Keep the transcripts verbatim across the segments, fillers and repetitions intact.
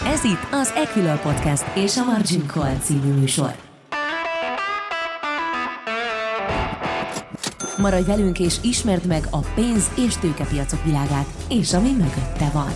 Ez itt az Equilor Podcast és a Margin Call című műsor. Maradj velünk és ismerd meg a pénz- és tőkepiacok világát, és ami mögötte van.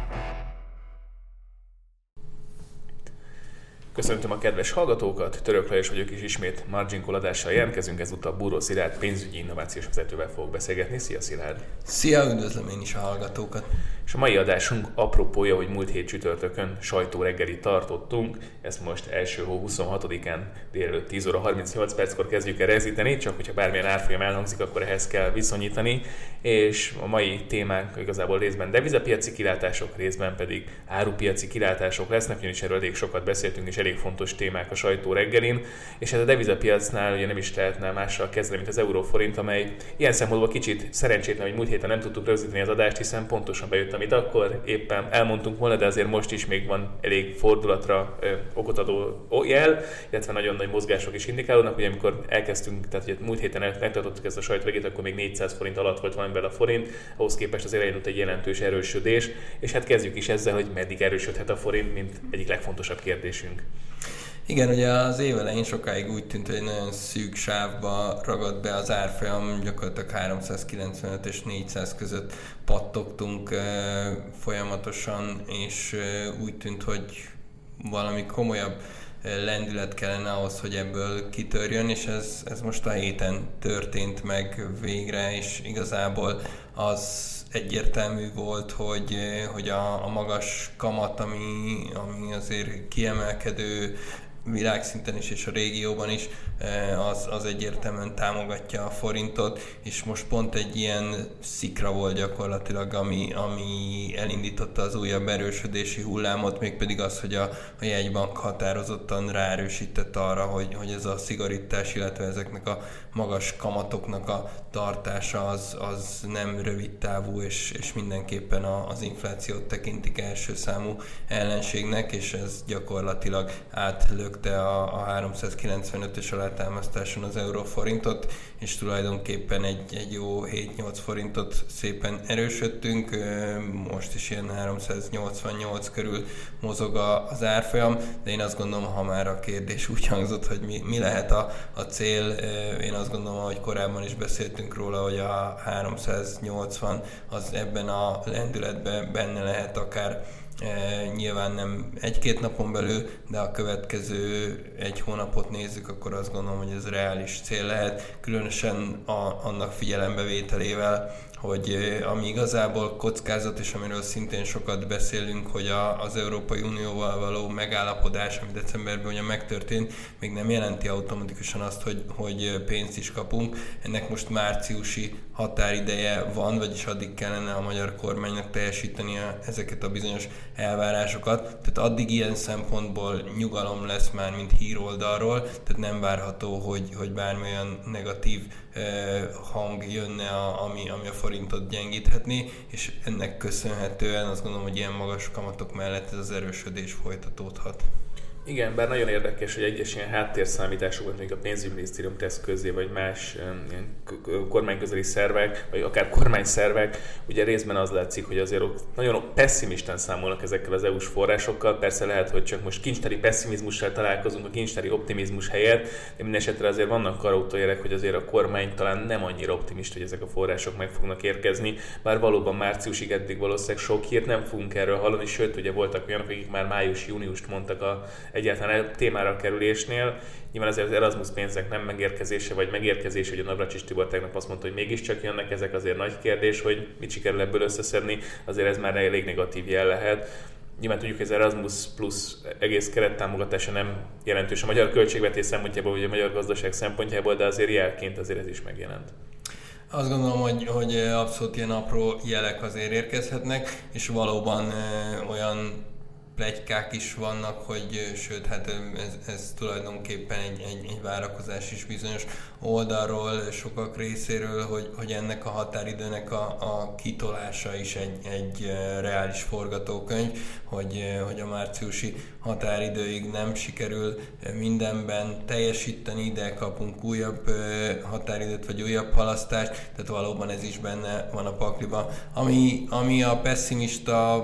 Köszöntöm a kedves hallgatókat, Török Lajos vagyok, és ismét Margin Call adással jelentkezünk, ezúttal Búró Szilárd pénzügyi innovációs vezetővel fogok beszélgetni. Szia Szilárd! Szia, üdvözlöm én is a hallgatókat! És a mai adásunk apropója, hogy múlt hét csütörtökön sajtóreggelit tartottunk, ezt most első hó huszonhatodikán délelőtt tíz óra harmincnyolc perckor kezdjük el rögzíteni, csak hogyha bármilyen árfolyam elhangzik, akkor ehhez kell viszonyítani, és a mai témánk igazából részben devizapiaci kilátások, részben pedig árupiaci kilátások lesznek, ugyanis erről elég sokat beszéltünk, és elég fontos témák a sajtóreggelin, és ez a devizapiacnál ugye nem is lehetne mással kezdeni, mint az euróforint, amely ilyen szempontból kicsit szerencsétlen, hogy múlt héten nem tudtuk rögzíteni az adást, hiszen pontosan bejött, amit akkor éppen elmondtunk volna, de azért most is még van elég fordulatra ö, okot adó jel, illetve nagyon nagy mozgások is indikálódnak, ugye amikor elkezdtünk, tehát ugye múlt héten megtartottuk ezt a sajtóreggelit, akkor még négyszáz forint alatt volt valamivel a forint, ahhoz képest azért elindult egy jelentős erősödés, és hát kezdjük is ezzel, hogy meddig erősödhet a forint, mint egyik legfontosabb kérdésünk. Igen, ugye az év elején sokáig úgy tűnt, hogy egy nagyon szűk sávba ragadt be az árfolyam, gyakorlatilag háromszázkilencvenöt és négyszáz között pattogtunk e, folyamatosan, és e, úgy tűnt, hogy valami komolyabb lendület kellene ahhoz, hogy ebből kitörjön, és ez, ez most a héten történt meg végre, és igazából az egyértelmű volt, hogy, hogy a, a magas kamat, ami, ami azért kiemelkedő világszinten is és a régióban is, az, az egyértelműen támogatja a forintot, és most pont egy ilyen szikra volt gyakorlatilag, ami, ami elindította az újabb erősödési hullámot, mégpedig az, hogy a, a jegybank határozottan ráerősített arra, hogy, hogy ez a szigorítás, illetve ezeknek a magas kamatoknak a tartása az, az nem rövid távú, és, és mindenképpen a, az inflációt tekintik első számú ellenségnek, és ez gyakorlatilag átlökte a, a háromszázkilencvenötös alátámasztáson az euróforintot, és tulajdonképpen egy, egy jó hét-nyolc forintot szépen erősödtünk, most is ilyen háromszáznyolcvannyolc körül mozog az árfolyam, de én azt gondolom, ha már a kérdés úgy hangzott, hogy mi, mi lehet a, a cél, én azt gondolom, hogy korábban is beszéltünk róla, hogy a háromszáznyolcvan az ebben a lendületben benne lehet akár E, nyilván nem egy-két napon belül, de a következő egy hónapot nézzük, akkor azt gondolom, hogy ez reális cél lehet, különösen a, annak figyelembevételével, hogy ami igazából kockázat, és amiről szintén sokat beszélünk, hogy a, az Európai Unióval való megállapodás, ami decemberben ugye megtörtént, még nem jelenti automatikusan azt, hogy, hogy pénzt is kapunk. Ennek most márciusi határideje van, vagyis addig kellene a magyar kormánynak teljesítenie ezeket a bizonyos elvárásokat. Tehát addig ilyen szempontból nyugalom lesz már, mint híroldalról, tehát nem várható, hogy, hogy bármilyen negatív eh, hang jönne, a, ami, ami a forintot gyengíthetné, és ennek köszönhetően azt gondolom, hogy ilyen magas kamatok mellett ez az erősödés folytatódhat. Igen, bár nagyon érdekes, hogy egyes ilyen háttérszámításokat, mondjuk a pénzügyminisztérium tesz közzé, vagy más ilyen kormányközeli szervek, vagy akár kormányszervek, ugye részben az látszik, hogy azért nagyon pessimisten számolnak ezekkel az é u-s forrásokkal. Persze lehet, hogy csak most kincstári pessimizmussal találkozunk a kincstári optimizmus helyett, de minden esetre azért vannak karótójelek, hogy azért a kormány talán nem annyira optimista, hogy ezek a források meg fognak érkezni, bár valóban márciusig eddig valószínűleg sok hírt nem fogunk erről hallani, sőt, ugye voltak olyanok, akik már május-júniust mondtak a egyáltalán témára kerülésnél. Nyilván azért az Erasmus pénzek nem megérkezése, vagy megérkezése, hogy a Navracsics Tibor tegnap azt mondta, hogy mégiscsak jönnek, ezek azért nagy kérdés, hogy mit sikerül ebből összeszedni, azért ez már elég negatív jel lehet. Nyilván tudjuk, hogy az Erasmus plusz egész kerettámogatása nem jelentős a magyar költségvetés szempontjából, vagy a magyar gazdaság szempontjából, de azért jelként azért ez is megjelent. Azt gondolom, hogy, hogy abszolút ilyen apró jelek azért érkezhetnek, és valóban e, olyan pletykák is vannak, hogy sőt, hát ez, ez tulajdonképpen egy, egy, egy várakozás is bizonyos oldalról, sokak részéről, hogy, hogy ennek a határidőnek a, a kitolása is egy, egy reális forgatókönyv, hogy, hogy a márciusi határidőig nem sikerül mindenben teljesíteni, de kapunk újabb határidőt, vagy újabb halasztást, tehát valóban ez is benne van a pakliban. Ami, ami a pessimista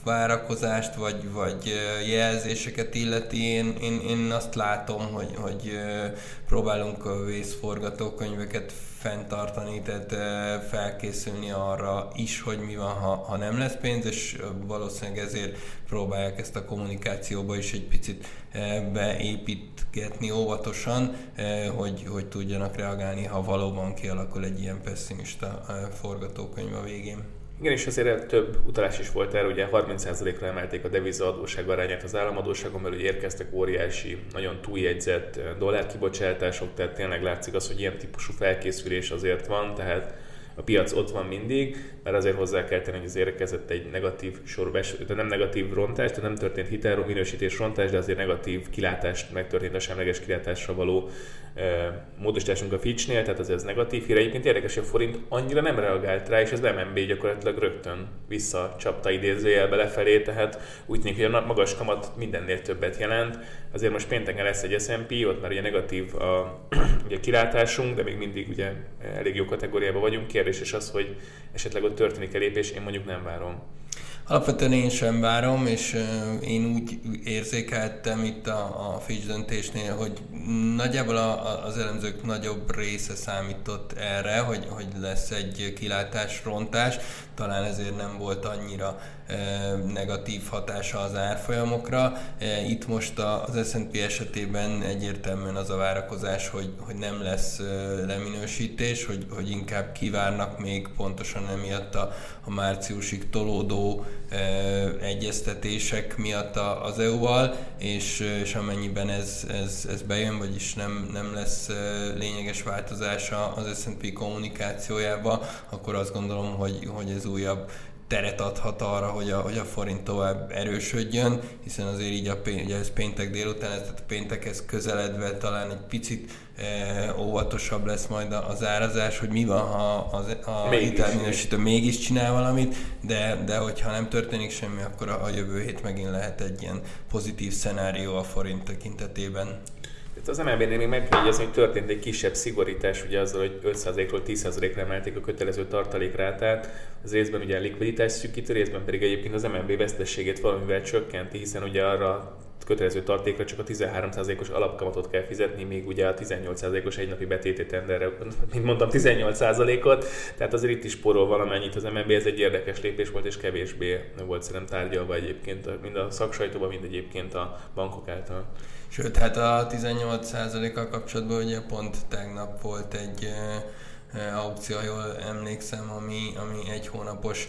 várakozást, vagy, vagy jelzéseket illeti, én, én, én azt látom, hogy, hogy próbálunk vészforgatókönyveket fenntartani, tehát felkészülni arra is, hogy mi van, ha, ha nem lesz pénz, és valószínűleg ezért próbálják ezt a kommunikációba is egy picit beépítgetni óvatosan, hogy, hogy tudjanak reagálni, ha valóban kialakul egy ilyen pessimista forgatókönyv a végén. Igen, és azért több utalás is volt erre, ugye harminc százalékra emelték a devizaadósság arányát az államadósságon belül, érkeztek óriási, nagyon túljegyzett dollárkibocsátások, tehát tényleg látszik az, hogy ilyen típusú felkészülés azért van, tehát a piac ott van mindig, mert azért hozzá kell tenni, hogy az érkezett egy negatív sorvás, de nem negatív rontás, tehát nem történt hitelről minősítés rontás, de azért negatív kilátást, megtörtént a semleges kilátásra való e, módosításunk a Fitchnél, tehát azért ez negatív hír. Egyébként érdekes, hogy a forint annyira nem reagált rá, és az em en bé gyakorlatilag rögtön visszacsapta idézőjelbe lefelé, tehát úgy tűnik, hogy a magas kamat mindennél többet jelent. Azért most pénteken lesz egy es and pé, ott már ugye negatív a, ugye a kilátásunk, de még mindig ugye elég jó kategóriában vagyunk. Kérdés is az, hogy esetleg ott történik-e lépés, én mondjuk nem várom. Alapvetően én sem várom, és én úgy érzékeltem itt a, a Fitch döntésnél, hogy nagyjából a, az elemzők nagyobb része számított erre, hogy, hogy lesz egy kilátásrontás, talán ezért nem volt annyira e, negatív hatása az árfolyamokra. E, itt most az es and pé esetében egyértelműen az a várakozás, hogy, hogy nem lesz e, leminősítés, hogy, hogy inkább kivárnak még pontosan emiatt a, a márciusig tolódó e, egyeztetések miatt a, az é u-val, és, és amennyiben ez, ez, ez bejön, vagyis nem, nem lesz e, lényeges változása az es and pé kommunikációjába, akkor azt gondolom, hogy, hogy ez újabb teret adhat arra, hogy a, hogy a forint tovább erősödjön, hiszen azért így a, ugye ez péntek délután, tehát a péntekhez közeledve talán egy picit e, óvatosabb lesz majd az árazás, hogy mi van, ha az, a hitelminősítő mégis csinál valamit, de, de hogyha nem történik semmi, akkor a, a jövő hét megint lehet egy ilyen pozitív szenárió a forint tekintetében. Az em en bé-nél még meg kell jegyezni, hogy történt egy kisebb szigorítás, ugye azzal, hogy öt százalékról tíz százalékra emelték a kötelező tartalékrátát, az részben ugye a likviditás szűkítő, részben pedig egyébként az em en bé veszteségét valamivel csökkenti, hiszen ugye arra kötelező tartékra csak a tizenhárom százalékos alapkamatot kell fizetni, még ugye a tizennyolc százalékos egynapi betéti tenderre, mint mondtam, tizennyolc százalékot, tehát azért itt is spórol valamennyit az em en bé, ez egy érdekes lépés volt, és kevésbé volt szerintem tárgyalva egyébként mind a szaksajtóban, mind egyébként a bankok által. Sőt, hát a tizennyolc százalékkal kapcsolatban ugye pont tegnap volt egy e, aukció, jól emlékszem, ami, ami egy hónapos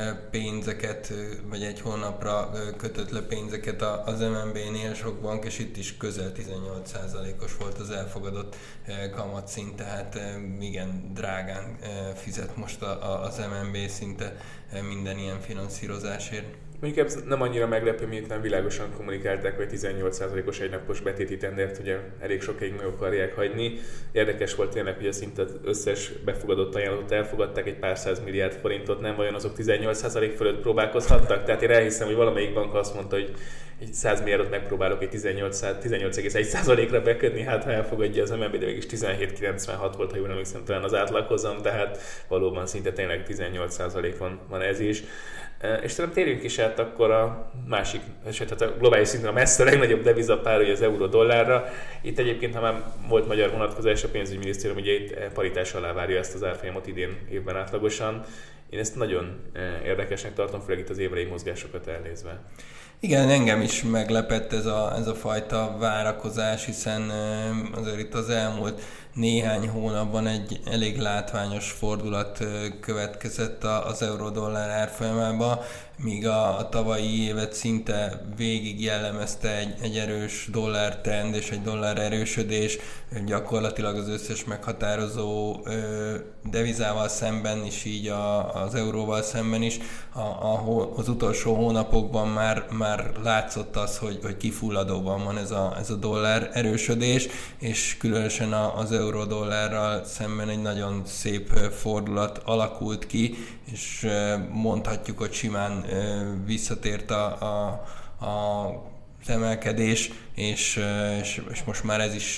pénzeket, vagy egy hónapra kötött le pénzeket az em en bé-nél sok bank, és itt is közel tizennyolc százalékos volt az elfogadott kamatszint, tehát igen, drágán fizet most az em en bé szinte minden ilyen finanszírozásért. Mondjuk ez nem annyira meglepő, mint nem világosan kommunikálták, hogy tizennyolc százalékos egynapos betéti tendert ugye elég sokáig meg akarják hagyni. Érdekes volt tényleg, hogy a szinte összes befogadott ajánlatot elfogadták, egy pár száz milliárd forintot, nem vajon azok tizennyolc százalék fölött próbálkozhattak? Tehát én elhiszem, hogy valamelyik bank azt mondta, hogy egy száz milliárdot megpróbálok egy tizennyolc egész egy százalékra bekötni, hát ha elfogadja az em en bé, de mégis tizenhét egész kilencvenhat volt, ha jól emlékszem, talán az átlaghozam, tehát valóban szinte tényleg tizennyolc százalék van, van ez is. És szerintem térjünk is át akkor a másik, és hát a globális szinten a messze legnagyobb devizapár, ugye az euró-dollárra. Itt egyébként, ha már volt magyar vonatkozás, a pénzügyminisztérium ugye itt paritás alá várja ezt az árfolyamot idén évben átlagosan. Én ezt nagyon érdekesnek tartom, főleg itt az évelei mozgásokat elnézve. Igen, engem is meglepett ez a, ez a fajta várakozás, hiszen azért itt az elmúlt néhány hónapban egy elég látványos fordulat következett az euró-dollár árfolyamába, míg a, a tavalyi évet szinte végig jellemezte egy, egy erős dollártrend és egy dollár erősödés, gyakorlatilag az összes meghatározó ö, devizával szemben is, így a, az euróval szemben is. A, a, az utolsó hónapokban már, már látszott az, hogy, hogy kifulladóban van ez a, ez a dollár erősödés, és különösen az euró-dollárral szemben egy nagyon szép fordulat alakult ki, és mondhatjuk, hogy simán visszatért a, a, a, az emelkedés, és, és, és most már ez is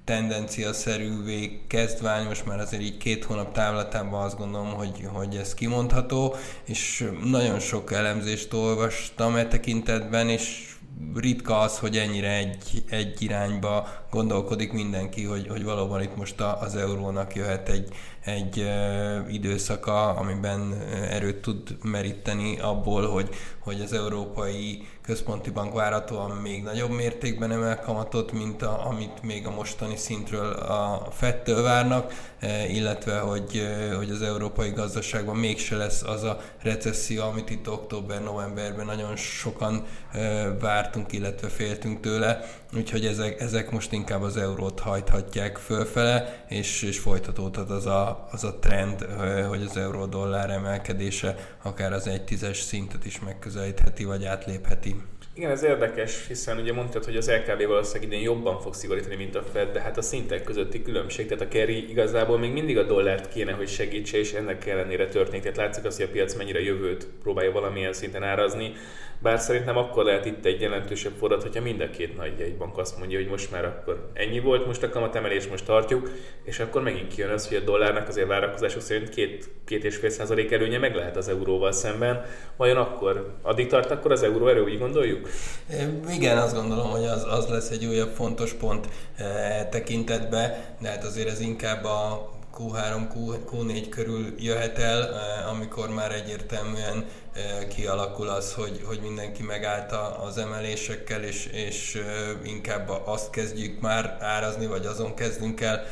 tendenciaszerűvé kezd válni, most már azért így két hónap távlatában azt gondolom, hogy, hogy ez kimondható, és nagyon sok elemzést olvastam e tekintetben, és ritka az, hogy ennyire egy, egy irányba gondolkodik mindenki, hogy, hogy valóban itt most az eurónak jöhet egy, egy ö, időszaka, amiben erőt tud meríteni abból, hogy, hogy az Európai Központi Bank várhatóan még nagyobb mértékben emel kamatot, mint a, amit még a mostani szintről a Fedtől várnak, illetve hogy, hogy az európai gazdaságban mégse lesz az a recesszió, amit itt október-novemberben nagyon sokan vártunk, illetve féltünk tőle, úgyhogy ezek, ezek most inkább az eurót hajthatják fölfele, és, és folytatódhat az a, az a trend, hogy az euró-dollár emelkedése akár az egy tízes szintet is megközelítheti, vagy átlépheti. Igen, ez érdekes, hiszen ugye mondtad, hogy az el ká bé valószínűleg idén jobban fog szigorítani, mint a Fed, de hát a szintek közötti különbség, tehát a carry igazából még mindig a dollárt kéne, hogy segítse, és ennek ellenére történik. Tehát látszik az, hogy a piac mennyire jövőt próbálja valamilyen szinten árazni, bár szerintem akkor lehet itt egy jelentősebb fordulat, hogyha mind a két nagy jegybank azt mondja, hogy most már akkor ennyi volt, most a kamatemelés, most tartjuk, és akkor megint kijön az, hogy a dollárnak azért várakozások szerint két, két és fél százalék előnye meg lehet az euróval szemben. Vajon akkor addig tart akkor az euró erő, úgy gondoljuk? Igen, azt gondolom, hogy az, az lesz egy újabb fontos pont e, tekintetben, de hát azért ez inkább a kú három kú négy körül jöhet el, amikor már egyértelműen kialakul az, hogy, hogy mindenki megállt az emelésekkel, és, és inkább azt kezdjük már árazni, vagy azon kezdünk el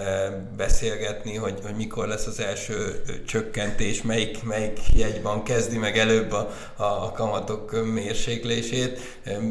beszélgetni, hogy, hogy mikor lesz az első csökkentés, melyik, melyik jegybank kezdi meg előbb a, a kamatok mérséklését.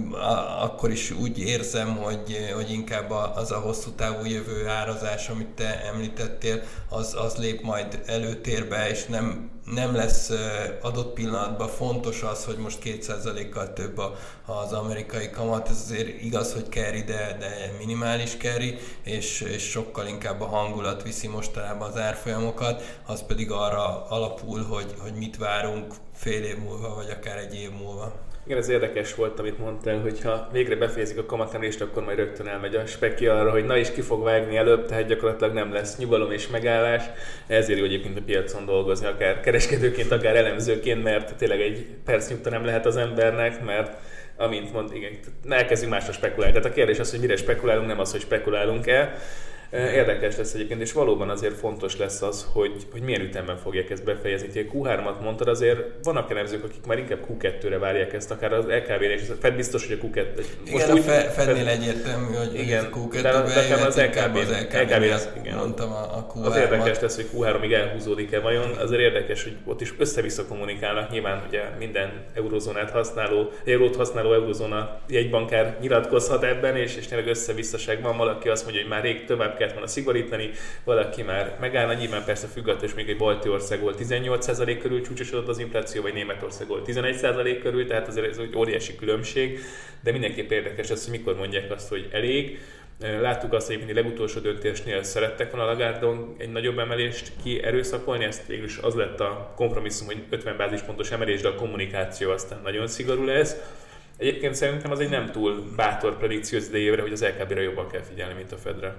Akkor is úgy érzem, hogy, hogy inkább az a hosszú távú jövő árazás, amit te említettél, az, az lép majd előtérbe, és nem, nem lesz adott pillanatban fontos az, hogy most két százalékkal több az amerikai kamat. Ez azért igaz, hogy carry, de, de minimális carry, és, és sokkal inkább a hangulat viszi mostanában az árfolyamokat, az pedig arra alapul, hogy, hogy mit várunk fél év múlva, vagy akár egy év múlva. Igen, ez érdekes volt, amit mondtál, hogy ha végre befejezik a kamatemelést, akkor majd rögtön elmegy a speki arra, hogy na is ki fog vágni előbb, tehát gyakorlatilag nem lesz nyugalom és megállás. Ezért jó egyébként a piacon dolgozni, akár kereskedőként, akár elemzőként, mert tényleg egy perc nyugta nem lehet az embernek, mert amint mond, igen, elkezdünk másra spekulálni. Tehát a kérdés az, hogy mire spekulálunk, nem az, hogy spekulálunk-e. Érdekes lesz egyébként, és valóban azért fontos lesz az, hogy, hogy milyen ütemben fogják ezt befejezni. Te kú hármat mondtad, azért vannak elemzők, akik már inkább kú kettőre várják ezt, akár az el ká bé-re, és a Fed biztos, hogy a kú kettő. Igen, úgy, a Fednél egyértelmű, hogy igen, kú kettőbe jöhet, az el ká bé, mondtam a, a kú hármat. Az érdekes lesz, hogy kú háromig elhúzódik-e vajon. Azért érdekes, hogy ott is össze-vissza kommunikálnak. Nyilván ugye minden eurozónát használó, eurót használó eurozóna jegybankár nyilatkozhat ebben, és, és tényleg összevisszaság van. Valaki azt mondja, hogy már rég tovább kellett volna szigorítani, valaki már megállna, nyilván persze függetlenül, és még egy balti ország volt tizennyolc százalék körül csúcsosodott az infláció, vagy Németország volt tizenegy százalék körül, tehát azért ez egy óriási különbség, de mindenképp érdekes az, hogy mikor mondják azt, hogy elég. Láttuk azt, hogy a legutolsó döntésnél szerettek volna a Lagardon egy nagyobb emelést kierőszakolni, ezt végülis az lett a kompromisszum, hogy ötven bázispontos emelés, de a kommunikáció aztán nagyon szigorú lesz. Egyébként szerintem az egy nem túl bátor predikció az idejévre, hogy az el ká bé-re jobban kell figyelni, mint a Fedre.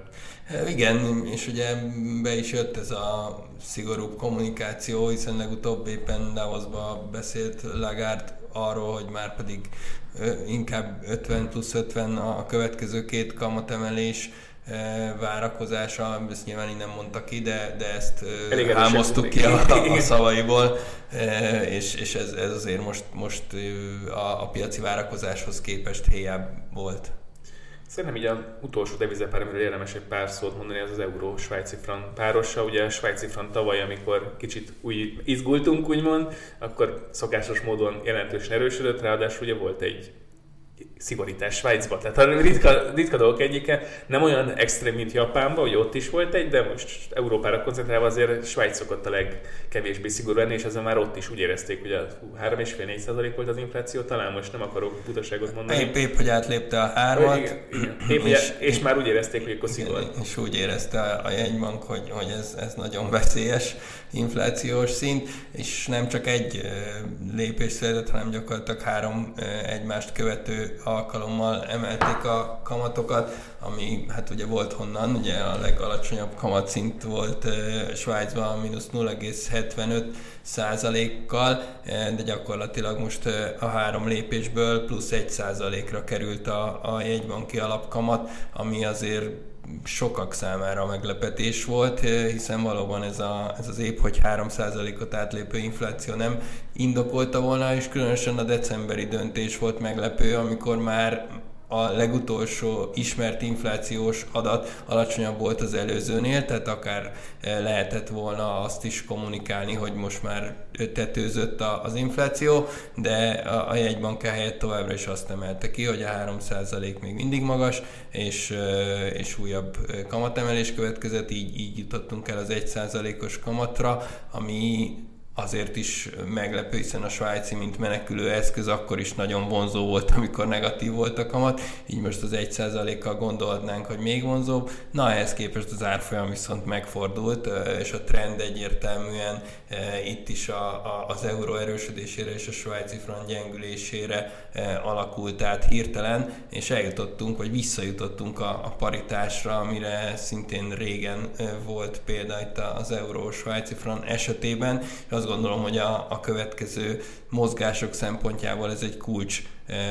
Igen, és ugye be is jött ez a szigorúbb kommunikáció, hiszen legutóbb éppen Davosban beszélt Lagarde arról, hogy már pedig inkább ötven plusz ötven a következő két kamatemelés várakozása, ezt nyilván innen mondta ki, de, de ezt elég hámoztuk ki a, a szavaiból, és, és ez, ez azért most, most a, a piaci várakozáshoz képest héjább volt. Szerintem így az utolsó devizapár, amiről érdemes egy pár szót mondani, az az euró-svájci frank párosa. Ugye a svájci frank tavaly, amikor kicsit úgy izgultunk, úgymond, akkor szokásos módon jelentősen erősödött, ráadásul ugye volt egy szigorítás Svájcba. Tehát a ritka, ritka dolgok egyike, nem olyan extrém, mint Japánban, hogy ott is volt egy, de most Európára koncentrálva azért Svájc szokott a legkevésbé szigorú lenni, és ezzel már ott is úgy érezték, hogy a három egész öt-négy százalék volt az infláció, talán most nem akarok butaságot mondani. Épp, épp hogy átlépte a hármat. Igen, igen. Épp, és, és már úgy érezték, hogy akkor szigor. És úgy érezte a jegybank, hogy, hogy ez, ez nagyon veszélyes inflációs szint, és nem csak egy lépés született, hanem gyakorlatilag három egymást követő kettő alkalommal emelték a kamatokat, ami hát ugye volt honnan, ugye a legalacsonyabb kamatszint volt Svájcban mínusz nulla egész hetvenöt százalékkal, de gyakorlatilag most a három lépésből plusz egy százalékra került a, a jegybanki alapkamat, ami azért sokak számára meglepetés volt, hiszen valóban ez, a, ez az épp, hogy három százalékot átlépő infláció nem indokolta volna, és különösen a decemberi döntés volt meglepő, amikor már a legutolsó ismert inflációs adat alacsonyabb volt az előzőnél, tehát akár lehetett volna azt is kommunikálni, hogy most már tetőzött az infláció, de a jegybank helyett továbbra is azt emelte ki, hogy a három százalék még mindig magas, és, és újabb kamatemelés következett, így, így jutottunk el az egy százalékos kamatra, ami azért is meglepő, hiszen a svájci, mint menekülő eszköz akkor is nagyon vonzó volt, amikor negatív volt a kamat, így most az egy százalékkal gondolhatnánk, hogy még vonzóbb. Na, ehhez képest az árfolyam viszont megfordult, és a trend egyértelműen itt is a, a, az euró erősödésére és a svájci frank gyengülésére alakult át hirtelen, és eljutottunk, vagy visszajutottunk a, a paritásra, amire szintén régen volt példa itt az euró svájci frank esetében. Azt gondolom, hogy a, a következő mozgások szempontjából ez egy kulcs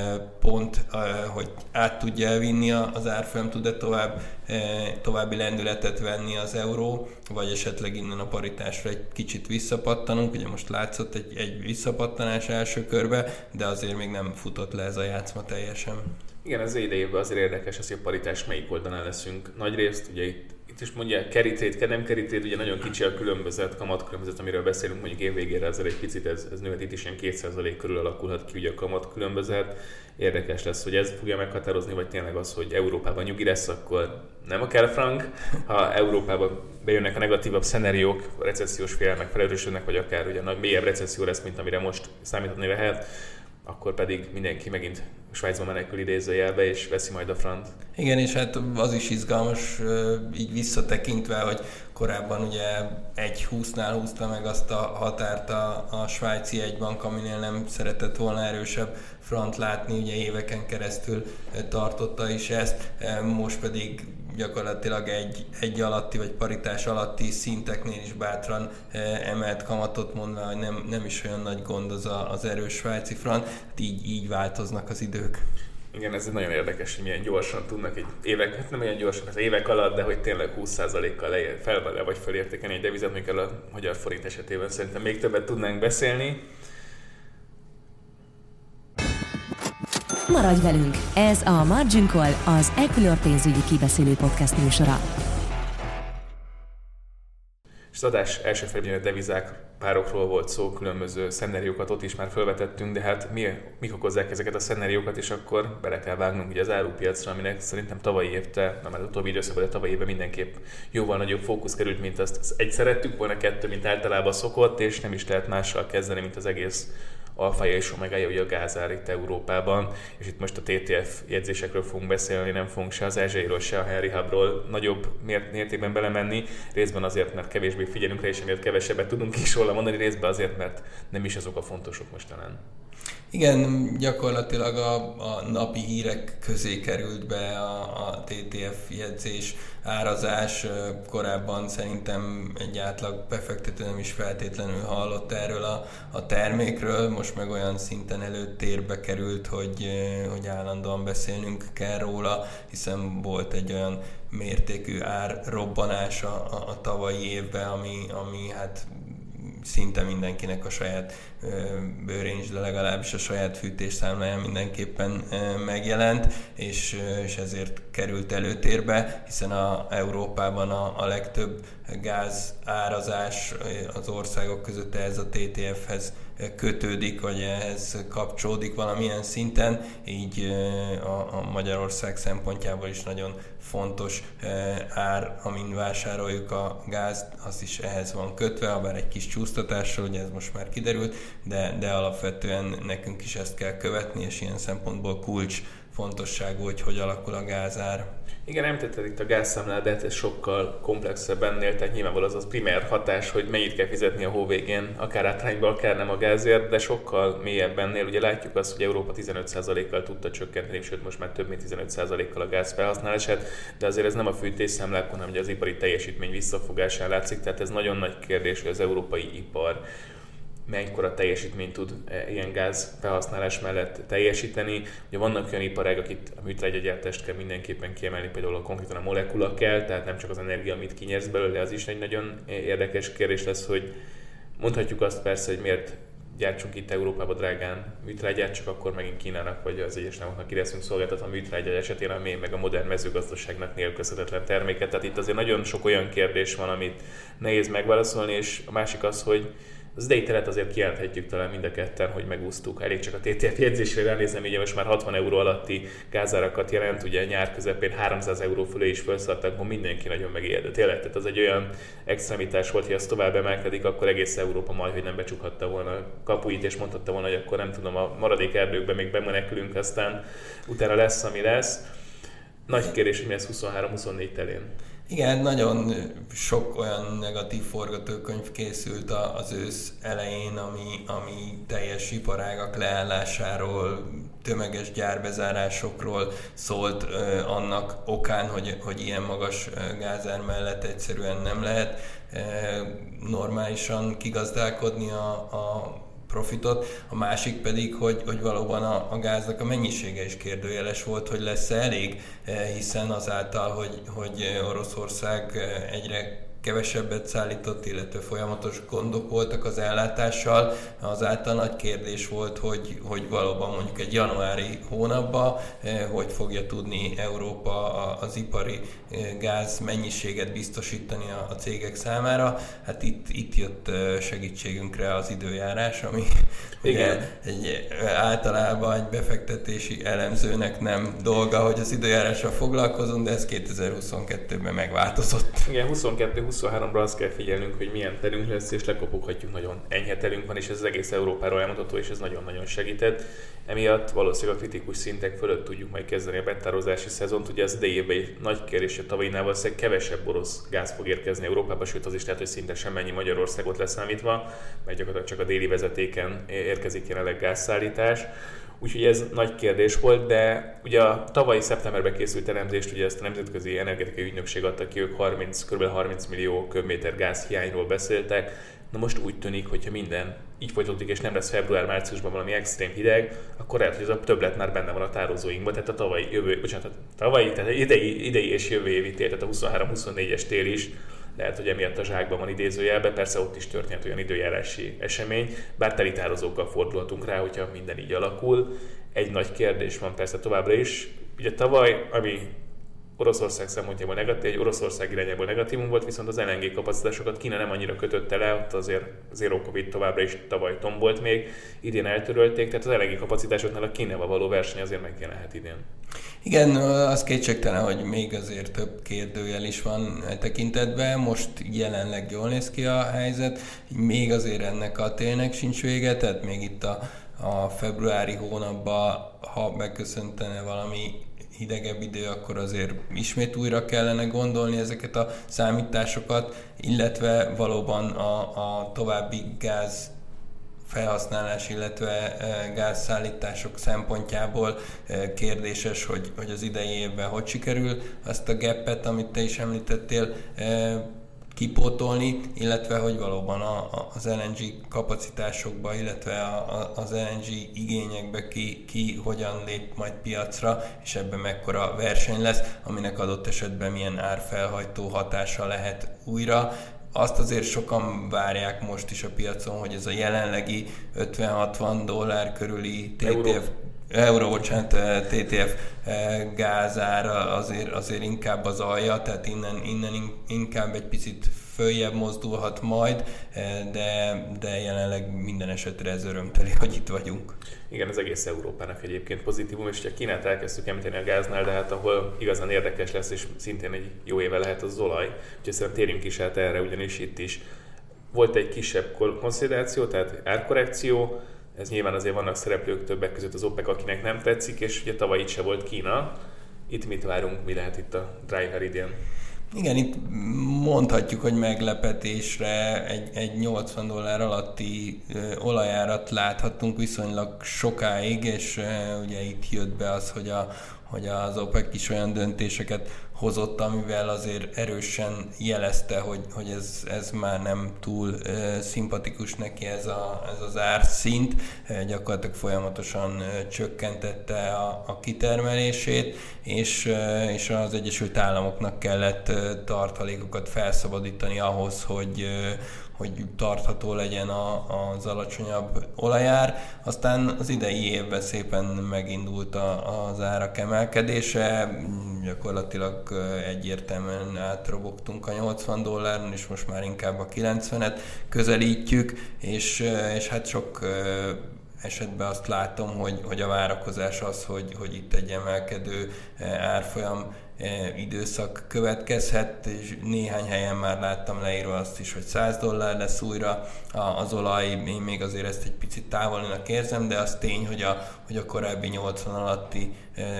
pont, hogy át tudja elvinni az árfolyam, tud-e tovább, további lendületet venni az euró, vagy esetleg innen a paritásra egy kicsit visszapattanunk. Ugye most látszott egy, egy visszapattanás első körbe, de azért még nem futott le ez a játszma teljesen. Igen, az idejében azért érdekes az, hogy a paritás melyik oldalán leszünk. Nagyrészt ugye itt, itt is mondják carry trade, nem carry trade, ugye nagyon kicsi a különbözet, kamatkülönbözet, amiről beszélünk, mondjuk év végére azért egy picit ez, ez nőhet, itt is ilyen két százalék körül alakulhat ki ugye a kamatkülönbözet. Érdekes lesz, hogy ez fogja meghatározni, vagy tényleg az, hogy Európában nyugi lesz, akkor nem akár a frank. Ha Európában bejönnek a negatívabb szenáriók, a recessziós félelmek felerősödnek, vagy akár ugye nagy mélyebb recesszió lesz, mint amire most számítani lehet, akkor pedig mindenki megint Svájcba menekül idézőjelbe, és veszi majd a frant. Igen, és hát az is izgalmas így visszatekintve, hogy korábban ugye egy húsznál húzta meg azt a határt a, a svájci jegybank, aminél nem szeretett volna erősebb frant látni, ugye éveken keresztül tartotta is ezt, most pedig gyakorlatilag egy, egy alatti vagy paritás alatti szinteknél is bátran emelt kamatot, mondva, hogy nem, nem is olyan nagy gond az a, az erős svájci frank, hát így, így változnak az idők. Igen, ez nagyon érdekes, hogy milyen gyorsan tudnak egy évek, hát nem olyan gyorsan, az évek alatt, de hogy tényleg húsz százalékkal fel vagy fölértékelni egy devizet, mikor a magyar forint esetében szerintem még többet tudnánk beszélni. Maradj velünk! Ez a Margin Call, az Equilor pénzügyi kibeszélő podcast műsora. És az adás első felében a devizák párokról volt szó, különböző szenáriókat ott is már felvetettünk, de hát mi, mik okozzák ezeket a szenáriókat, és akkor bele kell vágnunk ugye az árupiacra, aminek szerintem tavalyi évte, nem már utóbbi időszakban, de tavalyi évben mindenképp jóval nagyobb fókusz került, mint azt egy szerettük volna, kettő, mint általában szokott, és nem is lehet mással kezdeni, mint az egész alfája és omegája, ugye a gázár itt Európában, és itt most a té té ef jegyzésekről fogunk beszélni, nem fogunk se az Ázsiairól, se a Henry Hubról nagyobb mértékben belemenni, részben azért, mert kevésbé figyelünk rá, és emiatt kevesebbet tudunk is róla mondani, részben azért, mert nem is azok a fontosok mostanán. Igen, gyakorlatilag a, a napi hírek közé került be a, a té té ef jegyzés, árazás. Korábban szerintem egy átlag befektető nem is feltétlenül hallott erről a, a termékről, most meg olyan szinten előtérbe került, hogy, hogy állandóan beszélnünk kell róla, hiszen volt egy olyan mértékű árrobbanás a, a, a tavalyi évben, ami, ami hát szinte mindenkinek a saját bőrén is, de legalábbis a saját fűtésszámláján mindenképpen megjelent, és, és ezért került előtérbe, hiszen a Európában a, a legtöbb gáz árazás az országok között ehhez a té té ef-hez kötődik, vagy ehhez kapcsolódik valamilyen szinten, így a, a Magyarország szempontjából is nagyon fontos ár, amin vásároljuk a gázt, az is ehhez van kötve, habár egy kis csúsztatással, ugye ez most már kiderült, de, de alapvetően nekünk is ezt kell követni, és ilyen szempontból kulcs fontosságú, hogy hogy alakul a gázár. Igen, említetted itt a gázszámlát, de ez sokkal komplexebb ennél, tehát nyilvánvaló az az primer hatás, hogy mennyit kell fizetni a hó végén, akár átrányba, akár nem a gázért, de sokkal mélyebb ennél. Ugye látjuk azt, hogy Európa tizenöt százalékkal tudta csökkenteni, sőt most már több mint tizenöt százalékkal a gáz felhasználását, de azért ez nem a fűtésszámlákon, hanem az ipari teljesítmény visszafogásán látszik, tehát ez nagyon nagy kérdés, hogy az európai ipar mekkora teljesítményt tud ilyen gáz felhasználás mellett teljesíteni. Ugye vannak olyan iparágak, itt a műtrágyagyártást kell mindenképpen kiemelni, például a konkrétan a molekula kell, tehát nem csak az energia, amit kinyersz belőle, az is egy nagyon érdekes kérdés lesz, hogy mondhatjuk azt persze, hogy miért gyártsunk itt Európában drágán műtrágyát, csak akkor megint Kínának vagy az Egyesült Államoknak ki leszünk szolgáltatva a műtrágya esetén, ami meg a modern mezőgazdaságnak nélkülözhetetlen terméket. Tehát itt azért nagyon sok olyan kérdés van, amit nehéz megválaszolni, és a másik az, hogy az idei teret azért kijelenthetjük talán mind a ketten, hogy megúsztuk. Elég csak a té té ef jegyzésre ránézem, ugye most már hatvan euró alatti gázárakat jelent, ugye nyár közepén háromszáz euró fölé is felszartak, akkor mindenki nagyon megijedett. Tényleg, tehát az egy olyan extremitás volt, hogy az tovább emelkedik, akkor egész Európa majd, hogy nem becsukhatta volna a kapuit, és mondhatta volna, hogy akkor nem tudom, a maradék erdőkben még bemenekülünk, aztán utána lesz, ami lesz. Nagy kérdés, hogy mi lesz huszonhárom huszonnégy telén. Igen, nagyon sok olyan negatív forgatókönyv készült az ősz elején, ami, ami teljes iparágak leállásáról, tömeges gyárbezárásokról szólt, annak okán, hogy, hogy ilyen magas gázár mellett egyszerűen nem lehet normálisan kigazdálkodni a, a profitot, a másik pedig, hogy, hogy valóban a, a gáznak a mennyisége is kérdőjeles volt, hogy lesz elég, hiszen azáltal, hogy, hogy Oroszország egyre kevesebbet szállított, illetve folyamatos gondok voltak az ellátással, azáltal nagy kérdés volt, hogy, hogy valóban mondjuk egy januári hónapban hogy fogja tudni Európa az ipari gáz mennyiséget biztosítani a cégek számára. Hát itt, itt jött segítségünkre az időjárás, ami ugye egy, általában egy befektetési elemzőnek nem dolga, hogy az időjárással foglalkozunk, de ez kétezer-huszonkettőben megváltozott. Igen, huszonkettő huszonháromra azt kell figyelnünk, hogy milyen terünk lesz, és lekopoghatjuk, nagyon enyhe terünk van, és ez az egész Európára elmondható, és ez nagyon-nagyon segített. Emiatt valószínűleg a kritikus szintek fölött tudjuk majd kezdeni a betározási szezont. Ugye az idei évben egy nagy kérdés, hogy tavalyinál valószínűleg kevesebb orosz gáz fog érkezni Európába, sőt az is lehet, hogy szinte semmennyi Magyarországot leszámítva, mert gyakorlatilag csak a déli vezetéken érkezik jelenleg gázszállítás. Úgyhogy ez nagy kérdés volt, de ugye a tavalyi szeptemberben készült elemzést, ugye ezt a Nemzetközi Energetikai Ügynökség adta ki, ők harminc, kb. harminc millió köbméter gáz hiányról beszéltek. Na most úgy tűnik, hogyha minden így folytatódik, és nem lesz február-márciusban valami extrém hideg, akkor lehet, hogy ez a többlet már benne van a tározóinkban, tehát a tavalyi, jövő, bocsánat, a tavalyi, tehát idei, idei és jövő évi tél, tehát a huszonhárom huszonnégyes tél is lehet, hogy emiatt a zsákban van idézőjelben, persze ott is történhet olyan időjárási esemény, bár teli tározókkal fordulhatunk rá, hogyha minden így alakul. Egy nagy kérdés van persze továbbra is. Ugye tavaly, ami Oroszország szempontjából negatív, egy Oroszország irányából negatívum volt, viszont az el en gé kapacitásokat Kína nem annyira kötötte le, ott azért zero covid továbbra is tavaly tombolt még, idén eltörölték, tehát az el en gé kapacitásoknál a Kínával való verseny azért megjelenhet idén. Igen, az kétségtelen, hogy még azért több kérdőjel is van e tekintetben. Most jelenleg jól néz ki a helyzet, még azért ennek a télnek sincs vége, tehát még itt a, a februári hónapban, ha megköszöntene valami hidegebb idő, akkor azért ismét újra kellene gondolni ezeket a számításokat, illetve valóban a, a további gáz felhasználás, illetve gázszállítások szempontjából kérdéses, hogy, hogy az idei évben hogy sikerül azt a gapet, amit te is említettél, kipótolni, illetve hogy valóban a, a, az el en gé kapacitásokba, illetve a, a, az el en gé igényekbe ki, ki hogyan lép majd piacra, és ebben mekkora verseny lesz, aminek adott esetben milyen árfelhajtó hatása lehet újra. Azt azért sokan várják most is a piacon, hogy ez a jelenlegi ötven-hatvan dollár körüli té té ef, euró, bocsánat, té té ef gázára azért, azért inkább az alja, tehát innen, innen inkább egy picit följebb mozdulhat majd, de, de jelenleg minden esetre ez örömteli, hogy itt vagyunk. Igen, az egész Európának egyébként pozitívum, és ugye Kínát elkezdtük említeni a gáznál, de hát ahol igazán érdekes lesz, és szintén egy jó éve lehet az olaj, úgyhogy szerintem térjünk is át erre, ugyanis itt is volt egy kisebb konszolidáció, tehát árkorrekció, Ez nyilván azért vannak szereplők többek között az OPEC, akinek nem tetszik, és ugye tavaly itt se volt Kína. Itt mit várunk, mi lehet itt a driver idén? Igen, itt mondhatjuk, hogy meglepetésre egy, egy nyolcvan dollár alatti ö, olajárat láthattunk viszonylag sokáig, és ö, ugye itt jött be az, hogy, a, hogy az OPEC is olyan döntéseket hozott, amivel azért erősen jelezte, hogy, hogy ez, ez már nem túl ö, szimpatikus neki ez, a, ez az árszint, e, gyakorlatilag folyamatosan ö, csökkentette a, a kitermelését, és, ö, és az Egyesült Államoknak kellett ö, tartalékokat felszabadítani ahhoz, hogy ö, hogy tartható legyen a, az alacsonyabb olajár. Aztán az idei évben szépen megindult a, az árak emelkedése, gyakorlatilag egyértelműen átrobogtunk a nyolcvan dolláron, és most már inkább a kilencvenet közelítjük, és, és hát sok esetben azt látom, hogy, hogy a várakozás az, hogy, hogy itt egy emelkedő árfolyam időszak következhet, és néhány helyen már láttam leírva azt is, hogy száz dollár lesz újra az olaj, én még azért ezt egy picit távolinak érzem, de az tény, hogy a, hogy a korábbi nyolcvan alatti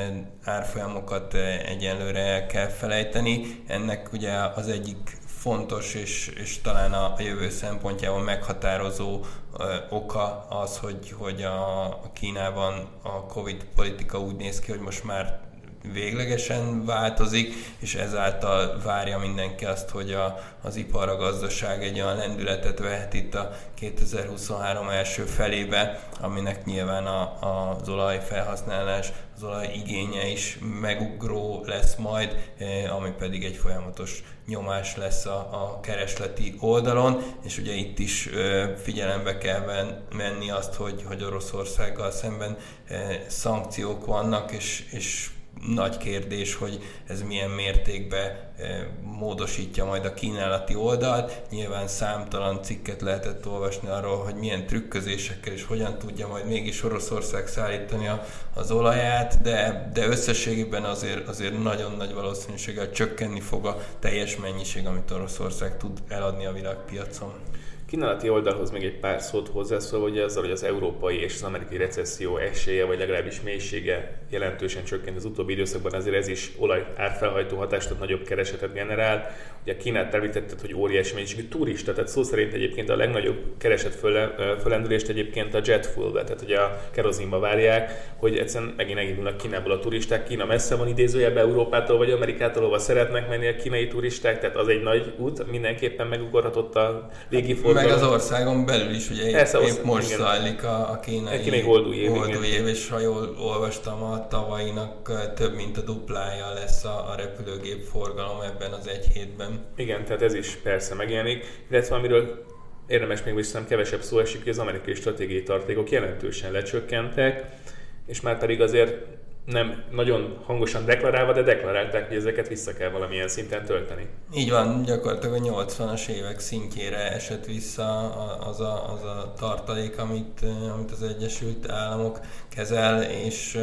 árfolyamokat egyenlőre el kell felejteni. Ennek ugye az egyik fontos és, és talán a, a jövő szempontjából meghatározó ö, oka az, hogy, hogy a, a Kínában a Covid politika úgy néz ki, hogy most már véglegesen változik, és ezáltal várja mindenki azt, hogy a, az ipar, a gazdaság egy olyan lendületet vehet itt a kétezer-huszonhárom első felébe, aminek nyilván a, az olajfelhasználás, az olaj igénye is megugró lesz majd, ami pedig egy folyamatos nyomás lesz a, a keresleti oldalon, és ugye itt is figyelembe kell venni azt, hogy, hogy Oroszországgal szemben szankciók vannak, és, és nagy kérdés, hogy ez milyen mértékben módosítja majd a kínálati oldalt. Nyilván számtalan cikket lehetett olvasni arról, hogy milyen trükközésekkel és hogyan tudja majd mégis Oroszország szállítani az olaját, de, de összességében azért, azért nagyon nagy valószínűséggel csökkenni fog a teljes mennyiség, amit Oroszország tud eladni a világpiacon. Kínálati oldalhoz még egy pár szót hozzászólva, hogy azzal, hogy az európai és az amerikai recesszió esélye, vagy legalábbis mélysége jelentősen csökkent az utóbbi időszakban, azért ez is olaj árfelhajtó hatást, tehát nagyobb keresetet generál. Ugye Kínát említetted, hogy óriási mennyiségű turista, tehát szó szerint egyébként a legnagyobb kereset föl, fölendülést egyébként a jet fuel-be, tehát hogy a kerozinba várják, hogy egyszerűen megint elindulnak Kínából a turisták. Kína messze van idézőjelben Európától vagy Amerikától, ahova szeretnek menni a kínai turisták, tehát az egy nagy út, mindenképpen megugorhatott a légiforgalom. Meg az országon belül is, ugye Persze, épp, épp most igen. zajlik a, a kínai, kínai holdú év, holdú év, és ha jól olvastam, a tavalyinak több mint a duplája lesz a, a repülőgép forgalom ebben az egy hétben. Igen, tehát ez is persze megjelenik, illetve amiről érdemes még viszont kevesebb szó esik, hogy az amerikai stratégiai tartalékok jelentősen lecsökkentek, és már pedig azért nem nagyon hangosan deklarálva, de deklarálták, hogy ezeket vissza kell valamilyen szinten tölteni. Így van, gyakorlatilag a nyolcvanas évek szintjére esett vissza az a, az a tartalék, amit, amit az Egyesült Államok kezel, és,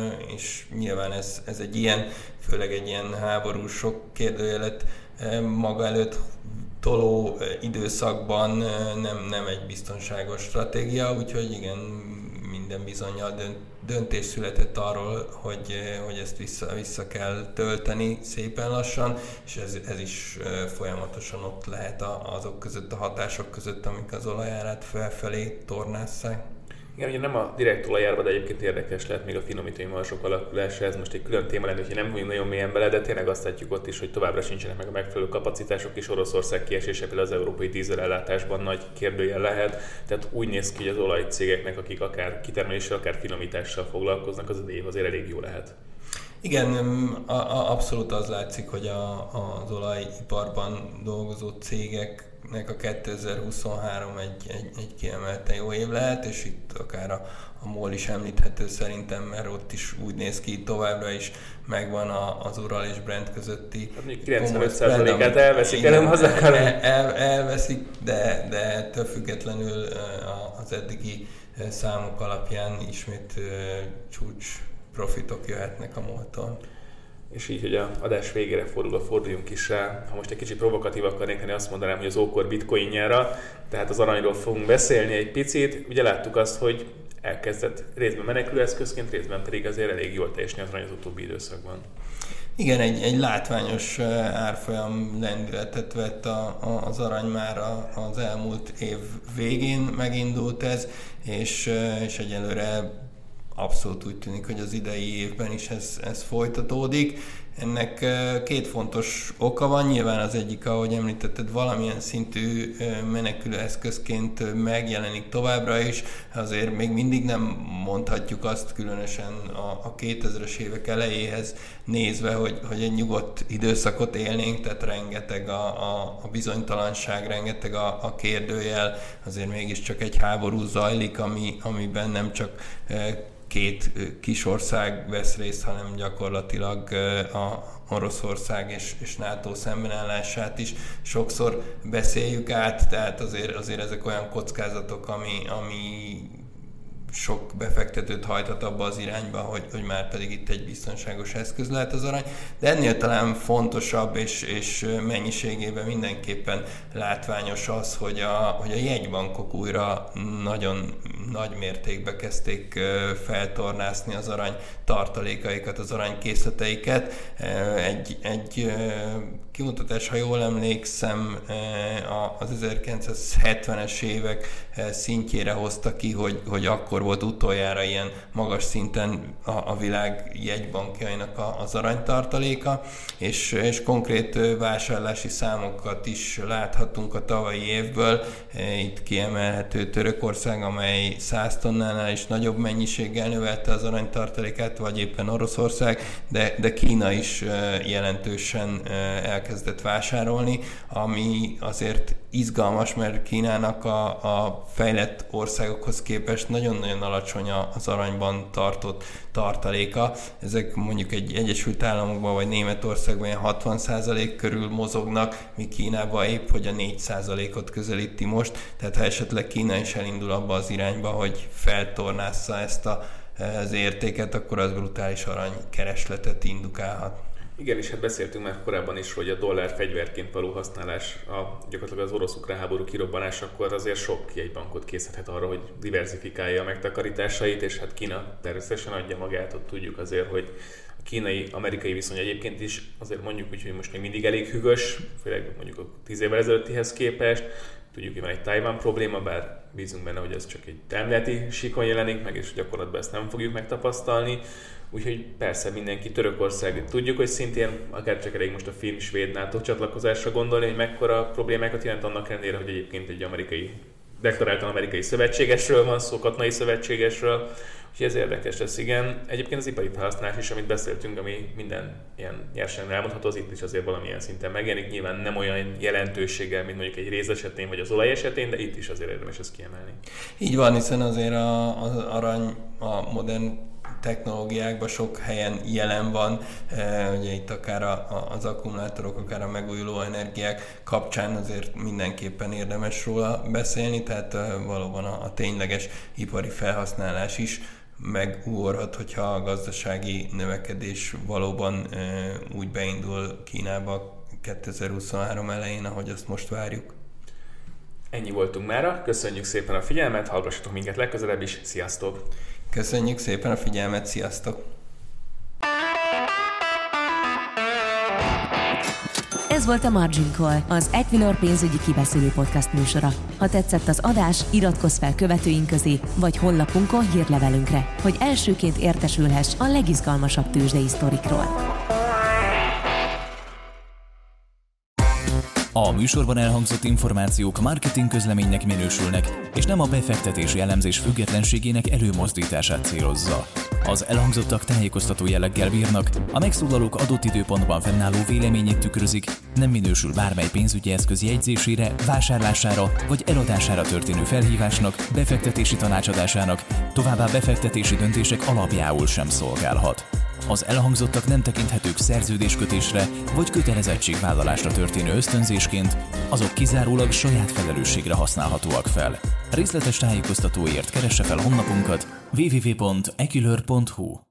és nyilván ez, ez egy ilyen, főleg egy ilyen háborús sok kérdőjelet maga előtt toló időszakban nem, nem egy biztonságos stratégia, úgyhogy igen, minden bizonnyal döntés született arról, hogy, hogy ezt vissza, vissza kell tölteni szépen lassan, és ez, ez is folyamatosan ott lehet azok között, a hatások között, amik az olajárát felfelé tornásszák. Igen, ugye nem a direkt olajárba, de egyébként érdekes lehet még a finomítói marzsok alakulása, ez most egy külön téma lenne, hogy nem vagyunk nagyon mélyen bele, de tényleg azt látjuk ott is, hogy továbbra sincsenek meg a megfelelő kapacitások, és Oroszország kiesése például az európai dízelellátásban nagy kérdőjel lehet, tehát úgy néz ki, hogy az olajcégeknek, akik akár kitermeléssel, akár finomítással foglalkoznak, az év azért elég jó lehet. Igen, a, a, abszolút az látszik, hogy a, az olajiparban dolgozó cégeknek a kétezer-huszonhárom egy, egy, egy kiemelten jó év lehet, és itt akár a, a MOL is említhető szerintem, mert ott is úgy néz ki, továbbra is megvan a, az Ural és Brent közötti kilencvenöt százalékát elveszik, el, el, el, el, elveszik, de, de ettől függetlenül az eddigi számok alapján ismét csúcs profitok jöhetnek a MOL-tól. És így, hogy a adás végére fordulva forduljunk is rá. Ha most egy kicsit provokatív akarnék lenni, azt mondanám, hogy az ókor bitcoinjára, tehát az aranyról fogunk beszélni egy picit. Ugye láttuk azt, hogy elkezdett részben menekülőeszközként, részben pedig azért elég jól teljesíteni az arany az utóbbi időszakban. Igen, egy, egy látványos árfolyam lendületet vett a, a, az arany már az elmúlt év végén megindult ez, és, és egyelőre abszolút úgy tűnik, hogy az idei évben is ez, ez folytatódik. Ennek két fontos oka van, nyilván az egyik, ahogy említetted, valamilyen szintű menekülő eszközként megjelenik továbbra is, azért még mindig nem mondhatjuk azt, különösen a, a kétezres évek elejéhez nézve, hogy, hogy egy nyugodt időszakot élnénk, tehát rengeteg a, a, a bizonytalanság, rengeteg a, a kérdőjel, azért mégiscsak egy háború zajlik, ami, amiben nem csak két kis ország vesz részt, hanem gyakorlatilag a Oroszország és, és NATO szembenállását is sokszor beszéljük át, tehát azért, azért ezek olyan kockázatok, ami, ami sok befektetőt hajthat abba az irányba, hogy, hogy már pedig itt egy biztonságos eszköz lehet az arany, de ennél talán fontosabb és, és mennyiségében mindenképpen látványos az, hogy a, hogy a jegybankok újra nagyon nagy mértékben kezdték feltornászni az arany tartalékaikat, az aranykészleteiket. Egy, egy kimutatás, ha jól emlékszem, az ezerkilencszázhetvenes évek szintjére hozta ki, hogy, hogy akkor volt utoljára ilyen magas szinten a, a világ jegybankjainak a, az aranytartaléka, és, és konkrét vásárlási számokat is láthatunk a tavalyi évből. Itt kiemelhető Törökország, amely száz tonnánál is nagyobb mennyiséggel növelte az aranytartalékát, vagy éppen Oroszország, de, de Kína is jelentősen elkezdett vásárolni, ami azért izgalmas, mert Kínának a, a fejlett országokhoz képest nagyon-nagyon alacsony az aranyban tartott tartaléka. Ezek mondjuk egy Egyesült Államokban vagy Németországban ilyen hatvan százalék körül mozognak, míg Kínában épp hogy a négy százalékot közelíti most, tehát ha esetleg Kína is elindul abba az irányba, hogy feltornázza ezt a, az értéket, akkor az brutális aranykeresletet indukálhat. Igen, és hát beszéltünk már korábban is, hogy a dollár fegyverként való használás, a, gyakorlatilag az orosz-ukrán háború kirobbanásakor azért sok jegybankot készíthet arra, hogy diversifikálja a megtakarításait, és hát Kína természetesen adja magát, ott tudjuk azért, hogy a kínai-amerikai viszony egyébként is azért mondjuk úgy, hogy most még mindig elég hűvös, főleg mondjuk a tíz évvel ezelőttihez képest. Tudjuk, hogy van egy Tajvan probléma, bár bízunk benne, hogy ez csak egy elméleti síkon jelenik meg, és gyakorlatban ezt nem fogjuk megtapasztalni. Úgyhogy persze mindenki, Törökország, tudjuk, hogy szintén akár csak elég most a finn-svéd NATO csatlakozásra gondolni, hogy mekkora problémákat jelent annak ellenére, hogy egyébként egy amerikai, deklaráltan amerikai szövetségesről van szó, katonai szövetségesről. Úgyhogy ez érdekes lesz, igen. Egyébként az ipari felhasználás is, amit beszéltünk, ami minden ilyen nyersen elmondható, az itt is azért valamilyen szinten megjelenik. Nyilván nem olyan jelentőséggel, mint mondjuk egy réz esetén vagy az olaj esetén, de itt is azért érdemes ezt kiemelni. Így van, hiszen azért a, az arany a modern technológiákban sok helyen jelen van, ugye itt akár a, az akkumulátorok, akár a megújuló energiák kapcsán azért mindenképpen érdemes róla beszélni, tehát valóban a, a tényleges ipari felhasználás is megugorhat, hogyha a gazdasági növekedés valóban úgy beindul Kínába kétezer-huszonhárom elején, ahogy azt most várjuk. Ennyi voltunk mára, köszönjük szépen a figyelmet, hallgassatok minket legközelebb is, sziasztok! Köszönjük szépen a figyelmet, sziasztok! Ez volt a Margin Call, az Equilor pénzügyi kibeszélő podcast műsora. Ha tetszett az adás, iratkozz fel követőink közé, vagy honlapunkon hírlevelünkre, hogy elsőként értesülhess a legizgalmasabb tőzsdei sztorikról. A műsorban elhangzott információk marketing közleménynek minősülnek, és nem a befektetési elemzés függetlenségének előmozdítását célozza. Az elhangzottak tájékoztató jelleggel bírnak, a megszólalók adott időpontban fennálló véleményét tükrözik, nem minősül bármely pénzügyi eszköz jegyzésére, vásárlására vagy eladására történő felhívásnak, befektetési tanácsadásának, továbbá befektetési döntések alapjául sem szolgálhat. Az elhangzottak nem tekinthetők szerződéskötésre vagy kötelezettségvállalásra történő ösztönzésként, azok kizárólag saját felelősségre használhatóak fel. Részletes tájékoztatóért keresse fel honlapunkat double-u double-u double-u pont equilor pont hu.